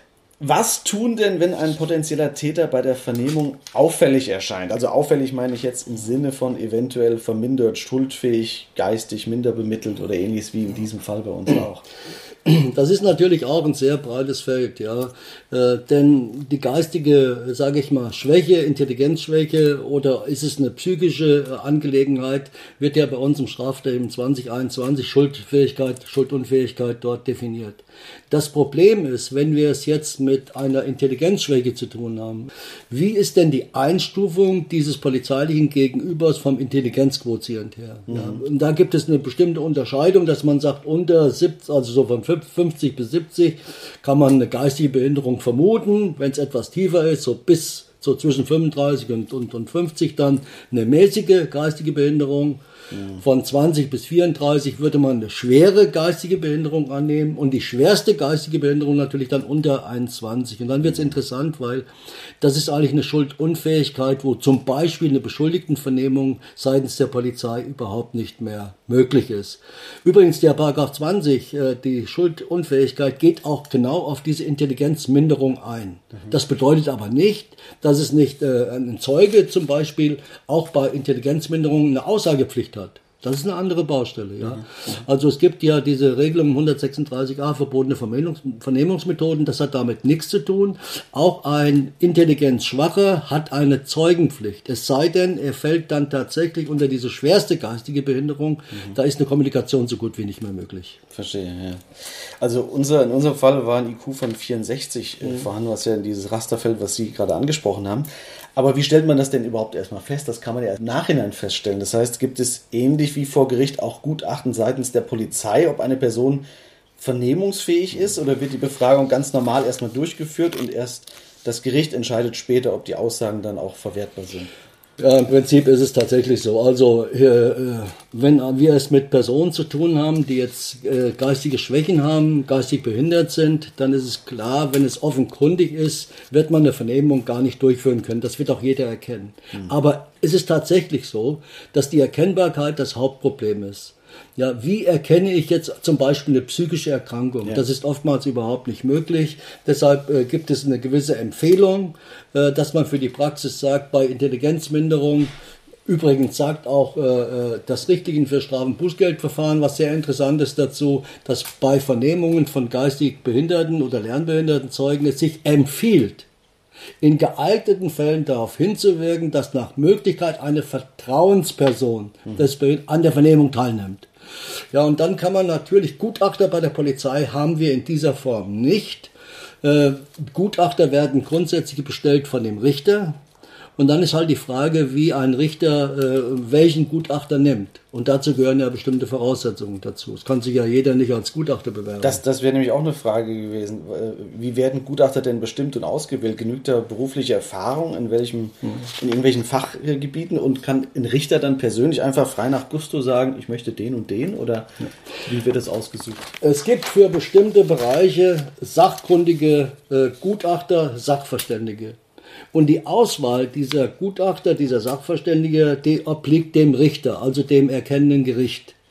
Was tun denn, wenn ein potenzieller Täter bei der Vernehmung auffällig erscheint? Also auffällig meine ich jetzt im Sinne von eventuell vermindert, schuldfähig, geistig minder bemittelt oder ähnliches wie in diesem Fall bei uns auch. Das ist natürlich auch ein sehr breites Feld, ja, äh, denn die geistige, sage ich mal, Schwäche, Intelligenzschwäche oder ist es eine psychische Angelegenheit, wird ja bei uns im Strafrecht zwanzig einundzwanzig Schuldfähigkeit, Schuldunfähigkeit dort definiert. Das Problem ist, wenn wir es jetzt mit einer Intelligenzschwäche zu tun haben, wie ist denn die Einstufung dieses polizeilichen Gegenübers vom Intelligenzquotient her? Mhm. Ja, und da gibt es eine bestimmte Unterscheidung, dass man sagt, unter siebzig, also so von fünfzig bis siebzig kann man eine geistige Behinderung vermuten. Wenn es etwas tiefer ist, so bis so zwischen fünfunddreißig und, und, und fünfzig dann eine mäßige geistige Behinderung. Von zwanzig bis vierunddreißig würde man eine schwere geistige Behinderung annehmen und die schwerste geistige Behinderung natürlich dann unter einundzwanzig. Und dann wird es interessant, weil das ist eigentlich eine Schuldunfähigkeit, wo zum Beispiel eine Beschuldigtenvernehmung seitens der Polizei überhaupt nicht mehr möglich ist. Übrigens, der Paragraph zwanzig, die Schuldunfähigkeit, geht auch genau auf diese Intelligenzminderung ein. Das bedeutet aber nicht, dass es nicht ein Zeuge zum Beispiel auch bei Intelligenzminderung eine Aussagepflicht hat. Das ist eine andere Baustelle, ja. Mhm. Also es gibt ja diese Regelung hundertsechsunddreißig a, verbotene Vernehmungs- Vernehmungsmethoden, das hat damit nichts zu tun. Auch ein Intelligenzschwacher hat eine Zeugenpflicht. Es sei denn, er fällt dann tatsächlich unter diese schwerste geistige Behinderung. Mhm. Da ist eine Kommunikation so gut wie nicht mehr möglich. Verstehe, ja. Also unser, in unserem Fall war ein I Q von vierundsechzig mhm. vorhanden, was ja in dieses Raster fällt, was Sie gerade angesprochen haben. Aber wie stellt man das denn überhaupt erstmal fest? Das kann man ja im Nachhinein feststellen. Das heißt, gibt es ähnlich wie vor Gericht auch Gutachten seitens der Polizei, ob eine Person vernehmungsfähig ist, oder wird die Befragung ganz normal erstmal durchgeführt und erst das Gericht entscheidet später, ob die Aussagen dann auch verwertbar sind? Ja, im Prinzip ist es tatsächlich so. Also äh, wenn wir es mit Personen zu tun haben, die jetzt äh, geistige Schwächen haben, geistig behindert sind, dann ist es klar, wenn es offenkundig ist, wird man eine Vernehmung gar nicht durchführen können. Das wird auch jeder erkennen. Mhm. Aber es ist tatsächlich so, dass die Erkennbarkeit das Hauptproblem ist. Ja, wie erkenne ich jetzt zum Beispiel eine psychische Erkrankung? Ja. Das ist oftmals überhaupt nicht möglich. Deshalb äh, gibt es eine gewisse Empfehlung, äh, dass man für die Praxis sagt, bei Intelligenzminderung, übrigens sagt auch äh, das Richtlinien für Straf- und Bußgeldverfahren, was sehr interessant ist dazu, dass bei Vernehmungen von geistig behinderten oder lernbehinderten Zeugen es sich empfiehlt, in geeigneten Fällen darauf hinzuwirken, dass nach Möglichkeit eine Vertrauensperson des Be- an der Vernehmung teilnimmt. Ja, und dann kann man natürlich, Gutachter bei der Polizei haben wir in dieser Form nicht. Äh, Gutachter werden grundsätzlich bestellt von dem Richter. Und dann ist halt die Frage, wie ein Richter äh, welchen Gutachter nimmt. Und dazu gehören ja bestimmte Voraussetzungen dazu. Es kann sich ja jeder nicht als Gutachter bewerben. Das, das wäre nämlich auch eine Frage gewesen. Wie werden Gutachter denn bestimmt und ausgewählt? Genügt da berufliche Erfahrung in welchem, hm. in irgendwelchen Fachgebieten, und kann ein Richter dann persönlich einfach frei nach Gusto sagen, ich möchte den und den, oder ja. Wie wird das ausgesucht? Es gibt für bestimmte Bereiche sachkundige äh, Gutachter, Sachverständige. Und die Auswahl dieser Gutachter, dieser Sachverständige, die obliegt dem Richter, also dem erkennenden Gericht.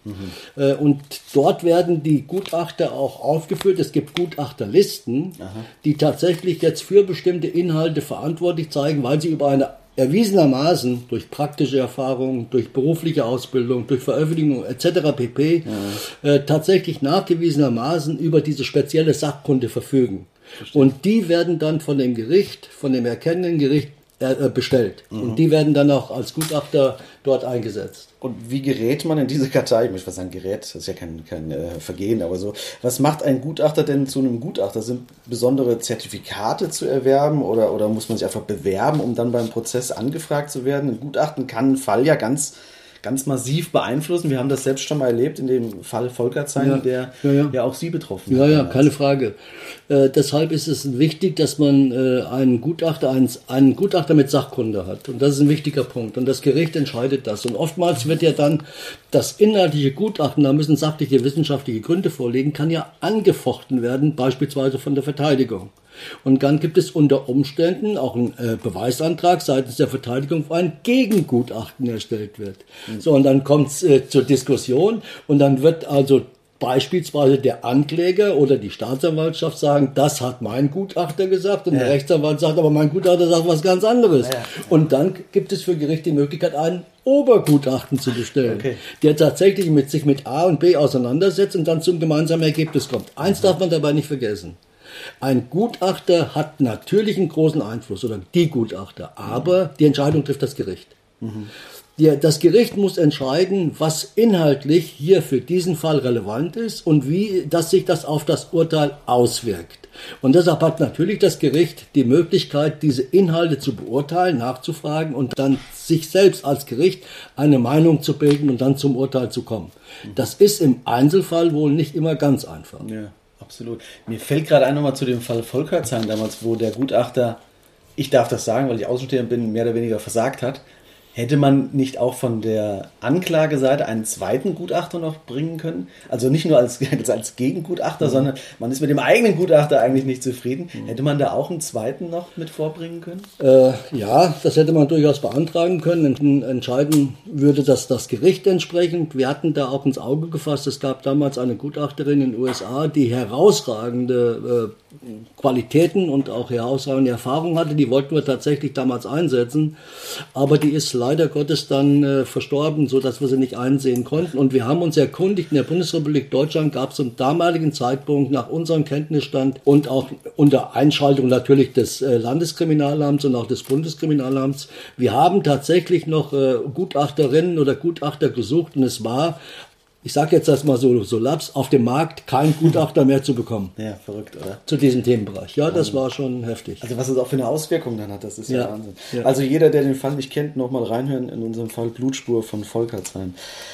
Mhm. Äh, und dort werden die Gutachter auch aufgeführt. Es gibt Gutachterlisten, Aha. die tatsächlich jetzt für bestimmte Inhalte verantwortlich zeigen, weil sie über eine erwiesenermaßen durch praktische Erfahrung, durch berufliche Ausbildung, durch Veröffentlichung et cetera pp. Ja. Äh, tatsächlich nachgewiesenermaßen über diese spezielle Sachkunde verfügen. Verstehe. Und die werden dann von dem Gericht, von dem erkennenden Gericht äh, bestellt. Mhm. Und die werden dann auch als Gutachter dort eingesetzt. Und wie gerät man in diese Kartei? Ich möchte sagen, gerät, das ist ja kein, kein äh, Vergehen, aber so. Was macht ein Gutachter denn zu einem Gutachter? Sind besondere Zertifikate zu erwerben oder, oder muss man sich einfach bewerben, um dann beim Prozess angefragt zu werden? Ein Gutachten kann einen Fall ja ganz, ganz massiv beeinflussen. Wir haben das selbst schon mal erlebt in dem Fall Volkertsein, ja, der ja, ja. ja auch Sie betroffen ja, hat. Ja, ja, keine Frage. Äh, deshalb ist es wichtig, dass man äh, einen Gutachter, einen, einen Gutachter mit Sachkunde hat. Und das ist ein wichtiger Punkt. Und das Gericht entscheidet das. Und oftmals wird ja dann das inhaltliche Gutachten, da müssen sachliche, wissenschaftliche Gründe vorliegen, kann ja angefochten werden, beispielsweise von der Verteidigung. Und dann gibt es unter Umständen auch einen äh, Beweisantrag seitens der Verteidigung, wo ein Gegengutachten erstellt wird. Mhm. So, und dann kommt es äh, zur Diskussion und dann wird also beispielsweise der Ankläger oder die Staatsanwaltschaft sagen, das hat mein Gutachter gesagt und ja. der Rechtsanwalt sagt, aber mein Gutachter sagt was ganz anderes. Ja, ja. Und dann gibt es für Gericht die Möglichkeit, einen Obergutachten zu bestellen, okay. der tatsächlich mit sich mit A und B auseinandersetzt und dann zum gemeinsamen Ergebnis kommt. Eins mhm. darf man dabei nicht vergessen. Ein Gutachter hat natürlich einen großen Einfluss, oder die Gutachter, aber die Entscheidung trifft das Gericht. Mhm. Die, das Gericht muss entscheiden, was inhaltlich hier für diesen Fall relevant ist und wie dass sich das auf das Urteil auswirkt. Und deshalb hat natürlich das Gericht die Möglichkeit, diese Inhalte zu beurteilen, nachzufragen und dann sich selbst als Gericht eine Meinung zu bilden und dann zum Urteil zu kommen. Das ist im Einzelfall wohl nicht immer ganz einfach. Ja. Absolut. Mir fällt gerade ein nochmal zu dem Fall Volkertsein damals, wo der Gutachter, ich darf das sagen, weil ich Außenstehender bin, mehr oder weniger versagt hat. Hätte man nicht auch von der Anklageseite einen zweiten Gutachter noch bringen können? Also nicht nur als, als Gegengutachter, mhm. sondern man ist mit dem eigenen Gutachter eigentlich nicht zufrieden. Mhm. Hätte man da auch einen zweiten noch mit vorbringen können? Äh, ja, das hätte man durchaus beantragen können. Entscheiden würde das das Gericht entsprechend. Wir hatten da auch ins Auge gefasst. Es gab damals eine Gutachterin in den U S A, die herausragende äh, Qualitäten und auch herausragende Erfahrungen hatte. Die wollten wir tatsächlich damals einsetzen. Aber die ist leider Gottes dann äh, verstorben, so dass wir sie nicht einsehen konnten. Und wir haben uns erkundigt, in der Bundesrepublik Deutschland gab es zum damaligen Zeitpunkt nach unserem Kenntnisstand und auch unter Einschaltung natürlich des äh, Landeskriminalamts und auch des Bundeskriminalamts, wir haben tatsächlich noch äh, Gutachterinnen oder Gutachter gesucht und es war, ich sage jetzt das mal so, so laps, auf dem Markt kein Gutachter mehr zu bekommen. Ja, verrückt, oder? Zu diesem Themenbereich. Ja, das war schon heftig. Also was es auch für eine Auswirkung dann hat, das ist ja, ja Wahnsinn. Ja. Also jeder, der den Fall nicht kennt, nochmal reinhören, in unserem Fall Blutspur von Volkertsein.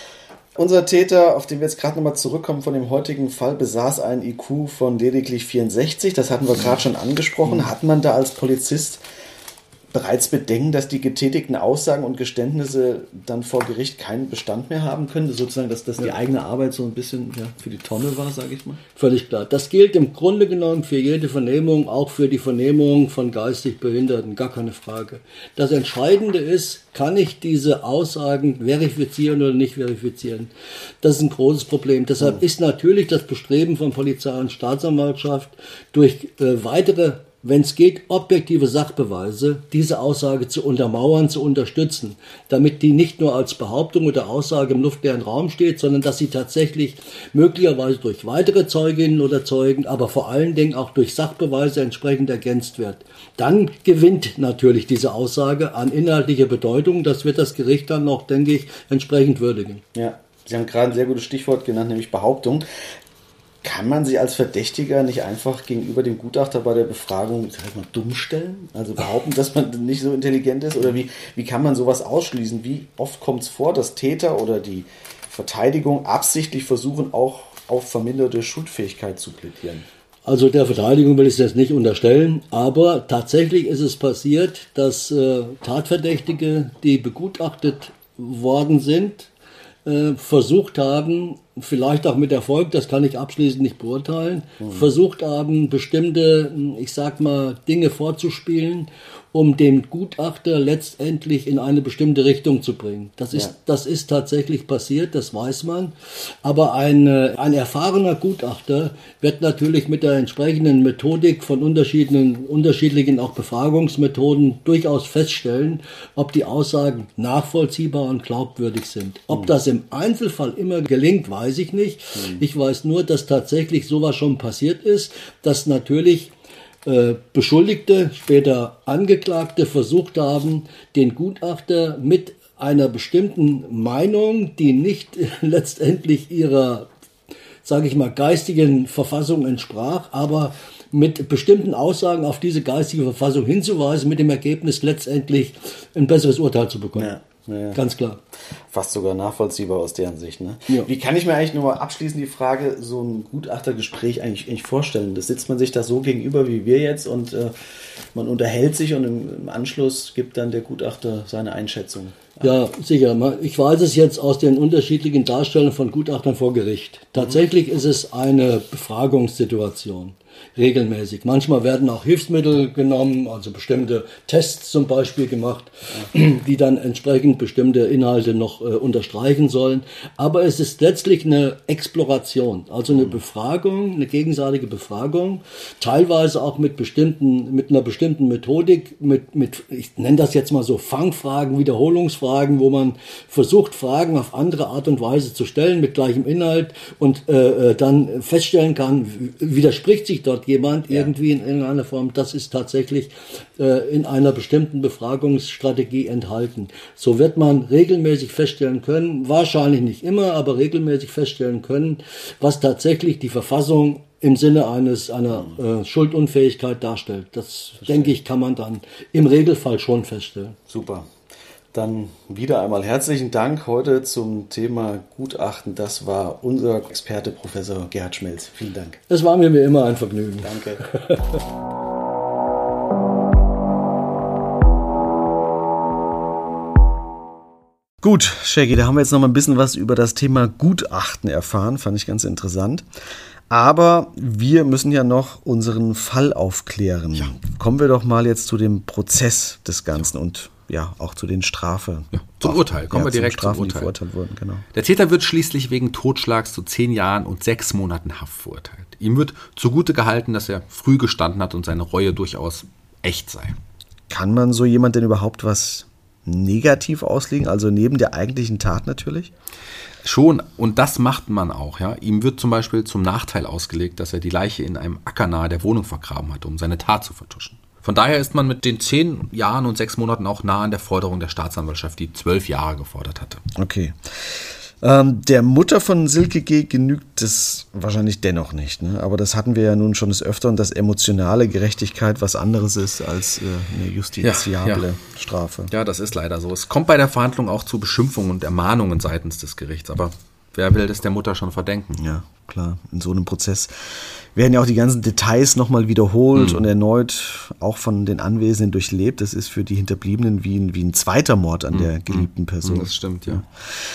Unser Täter, auf den wir jetzt gerade nochmal zurückkommen von dem heutigen Fall, besaß einen I Q von lediglich vierundsechzig. Das hatten wir gerade schon angesprochen. Hat man da als Polizist bereits Bedenken, dass die getätigten Aussagen und Geständnisse dann vor Gericht keinen Bestand mehr haben können? Sozusagen, dass das die ja. eigene Arbeit so ein bisschen ja, für die Tonne war, sage ich mal? Völlig klar. Das gilt im Grunde genommen für jede Vernehmung, auch für die Vernehmung von geistig Behinderten, gar keine Frage. Das Entscheidende ist, kann ich diese Aussagen verifizieren oder nicht verifizieren? Das ist ein großes Problem. Deshalb mhm. ist natürlich das Bestreben von Polizei und Staatsanwaltschaft durch äh, weitere, wenn es geht, objektive Sachbeweise, diese Aussage zu untermauern, zu unterstützen, damit die nicht nur als Behauptung oder Aussage im luftleeren Raum steht, sondern dass sie tatsächlich möglicherweise durch weitere Zeuginnen oder Zeugen, aber vor allen Dingen auch durch Sachbeweise entsprechend ergänzt wird. Dann gewinnt natürlich diese Aussage an inhaltlicher Bedeutung. Das wird das Gericht dann noch, denke ich, entsprechend würdigen. Ja, Sie haben gerade ein sehr gutes Stichwort genannt, nämlich Behauptung. Kann man sich als Verdächtiger nicht einfach gegenüber dem Gutachter bei der Befragung sag mal, dumm stellen? Also behaupten, dass man nicht so intelligent ist? Oder wie, wie kann man sowas ausschließen? Wie oft kommt es vor, dass Täter oder die Verteidigung absichtlich versuchen, auch auf verminderte Schuldfähigkeit zu plädieren? Also der Verteidigung will ich es jetzt nicht unterstellen, aber tatsächlich ist es passiert, dass äh, Tatverdächtige, die begutachtet worden sind, äh, versucht haben, vielleicht auch mit Erfolg, das kann ich abschließend nicht beurteilen, mhm. versucht haben, bestimmte, ich sag mal, Dinge vorzuspielen, um den Gutachter letztendlich in eine bestimmte Richtung zu bringen. Das ist, ja. das ist tatsächlich passiert, das weiß man. Aber ein, ein erfahrener Gutachter wird natürlich mit der entsprechenden Methodik von unterschiedlichen, unterschiedlichen auch Befragungsmethoden durchaus feststellen, ob die Aussagen nachvollziehbar und glaubwürdig sind. Ob mhm. das im Einzelfall immer gelingt, weiß ich nicht. Mhm. Ich weiß nur, dass tatsächlich sowas schon passiert ist, dass natürlich Beschuldigte, später Angeklagte versucht haben, den Gutachter mit einer bestimmten Meinung, die nicht letztendlich ihrer, sage ich mal, geistigen Verfassung entsprach, aber mit bestimmten Aussagen auf diese geistige Verfassung hinzuweisen, mit dem Ergebnis letztendlich ein besseres Urteil zu bekommen. Ja. Ja. Ganz klar. Fast sogar nachvollziehbar aus deren Sicht. Ne? Ja. Wie kann ich mir eigentlich nur mal abschließend die Frage, so ein Gutachtergespräch eigentlich, eigentlich vorstellen? Das sitzt man sich da so gegenüber wie wir jetzt und äh, man unterhält sich und im, im Anschluss gibt dann der Gutachter seine Einschätzung. Ja, sicher. Ich weiß es jetzt aus den unterschiedlichen Darstellungen von Gutachtern vor Gericht. Tatsächlich ist es eine Befragungssituation. Regelmäßig. Manchmal werden auch Hilfsmittel genommen, also bestimmte Tests zum Beispiel gemacht, die dann entsprechend bestimmte Inhalte noch äh, unterstreichen sollen. Aber es ist letztlich eine Exploration, also eine Befragung, eine gegenseitige Befragung, teilweise auch mit bestimmten, mit einer bestimmten Methodik, mit, mit, ich nenne das jetzt mal so Fangfragen, Wiederholungsfragen, wo man versucht, Fragen auf andere Art und Weise zu stellen, mit gleichem Inhalt und äh, dann feststellen kann, widerspricht sich dort jemand ja. irgendwie in irgendeiner Form. Das ist tatsächlich äh, in einer bestimmten Befragungsstrategie enthalten. So wird man regelmäßig feststellen können, wahrscheinlich nicht immer, aber regelmäßig feststellen können, was tatsächlich die Verfassung im Sinne eines einer äh, Schuldunfähigkeit darstellt. Das, Verstehe. denke ich, kann man dann im Regelfall schon feststellen. Super. Dann wieder einmal herzlichen Dank heute zum Thema Gutachten. Das war unser Experte, Professor Gerhard Schmelz. Vielen Dank. Es war mir wie immer ein Vergnügen. Danke. Gut, Shaggy, da haben wir jetzt noch mal ein bisschen was über das Thema Gutachten erfahren. Fand ich ganz interessant. Aber wir müssen ja noch unseren Fall aufklären. Ja. Kommen wir doch mal jetzt zu dem Prozess des Ganzen ja. und ja, auch zu den Strafen. Ja, zum auch, Urteil. Kommen ja, wir direkt zum, Strafen, zum Urteil. Die verurteilt wurden, genau. Der Täter wird schließlich wegen Totschlags zu zehn Jahren und sechs Monaten Haft verurteilt. Ihm wird zugute gehalten, dass er früh gestanden hat und seine Reue durchaus echt sei. Kann man so jemand denn überhaupt was negativ auslegen? Also neben der eigentlichen Tat natürlich? Schon, und das macht man auch. Ja. Ihm wird zum Beispiel zum Nachteil ausgelegt, dass er die Leiche in einem Acker nahe der Wohnung vergraben hat, um seine Tat zu vertuschen. Von daher ist man mit den zehn Jahren und sechs Monaten auch nah an der Forderung der Staatsanwaltschaft, die zwölf Jahre gefordert hatte. Okay. Ähm, der Mutter von Silke G. genügt das wahrscheinlich dennoch nicht. Ne? Aber das hatten wir ja nun schon des Öfteren, dass emotionale Gerechtigkeit was anderes ist als äh, eine justiziable ja, ja. Strafe. Ja, das ist leider so. Es kommt bei der Verhandlung auch zu Beschimpfungen und Ermahnungen seitens des Gerichts. Aber wer will das der Mutter schon verdenken? Ja, klar. In so einem Prozess werden ja auch die ganzen Details nochmal wiederholt mhm. und erneut auch von den Anwesenden durchlebt. Das ist für die Hinterbliebenen wie ein, wie ein zweiter Mord an mhm. der geliebten Person. Das stimmt, ja.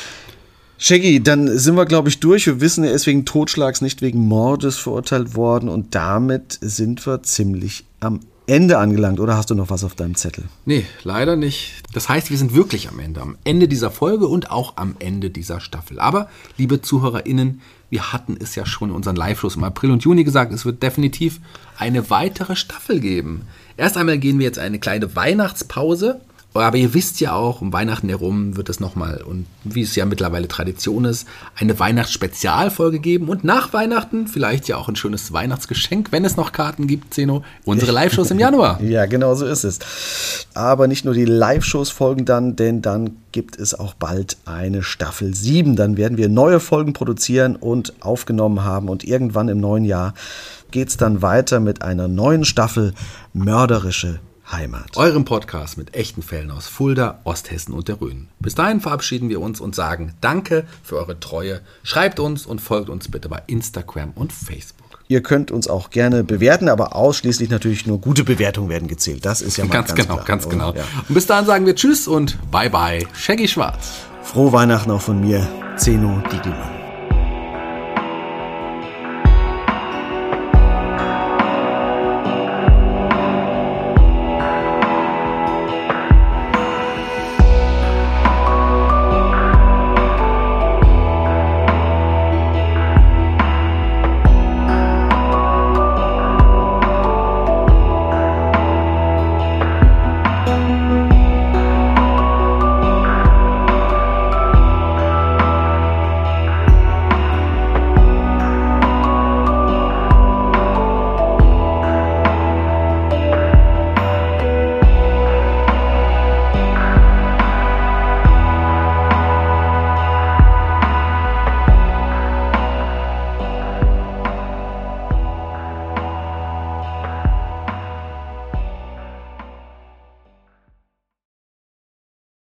Shaggy, dann sind wir, glaube ich, durch. Wir wissen, er ist wegen Totschlags, nicht wegen Mordes verurteilt worden. Und damit sind wir ziemlich am Ende angelangt. Oder hast du noch was auf deinem Zettel? Nee, leider nicht. Das heißt, wir sind wirklich am Ende. Am Ende dieser Folge und auch am Ende dieser Staffel. Aber, liebe ZuhörerInnen, wir hatten es ja schon in unseren Live-Shows im April und Juni gesagt, es wird definitiv eine weitere Staffel geben. Erst einmal gehen wir jetzt eine kleine Weihnachtspause. Aber ihr wisst ja auch, um Weihnachten herum wird es nochmal, und wie es ja mittlerweile Tradition ist, eine Weihnachtsspezialfolge geben. Und nach Weihnachten vielleicht ja auch ein schönes Weihnachtsgeschenk, wenn es noch Karten gibt, Zeno, unsere Live-Shows im Januar. Ja, genau so ist es. Aber nicht nur die Live-Shows folgen dann, denn dann gibt es auch bald eine Staffel sieben. Dann werden wir neue Folgen produzieren und aufgenommen haben. Und irgendwann im neuen Jahr geht es dann weiter mit einer neuen Staffel Mörderische Heimat. Eurem Podcast mit echten Fällen aus Fulda, Osthessen und der Rhön. Bis dahin verabschieden wir uns und sagen Danke für eure Treue. Schreibt uns und folgt uns bitte bei Instagram und Facebook. Ihr könnt uns auch gerne bewerten, aber ausschließlich natürlich nur gute Bewertungen werden gezählt. Das ist ja mal ganz, ganz genau, klar. Ganz und, genau. Ja. Und bis dahin sagen wir Tschüss und Bye Bye. Shaggy Schwarz. Frohe Weihnachten auch von mir, Zeno Diegelmann.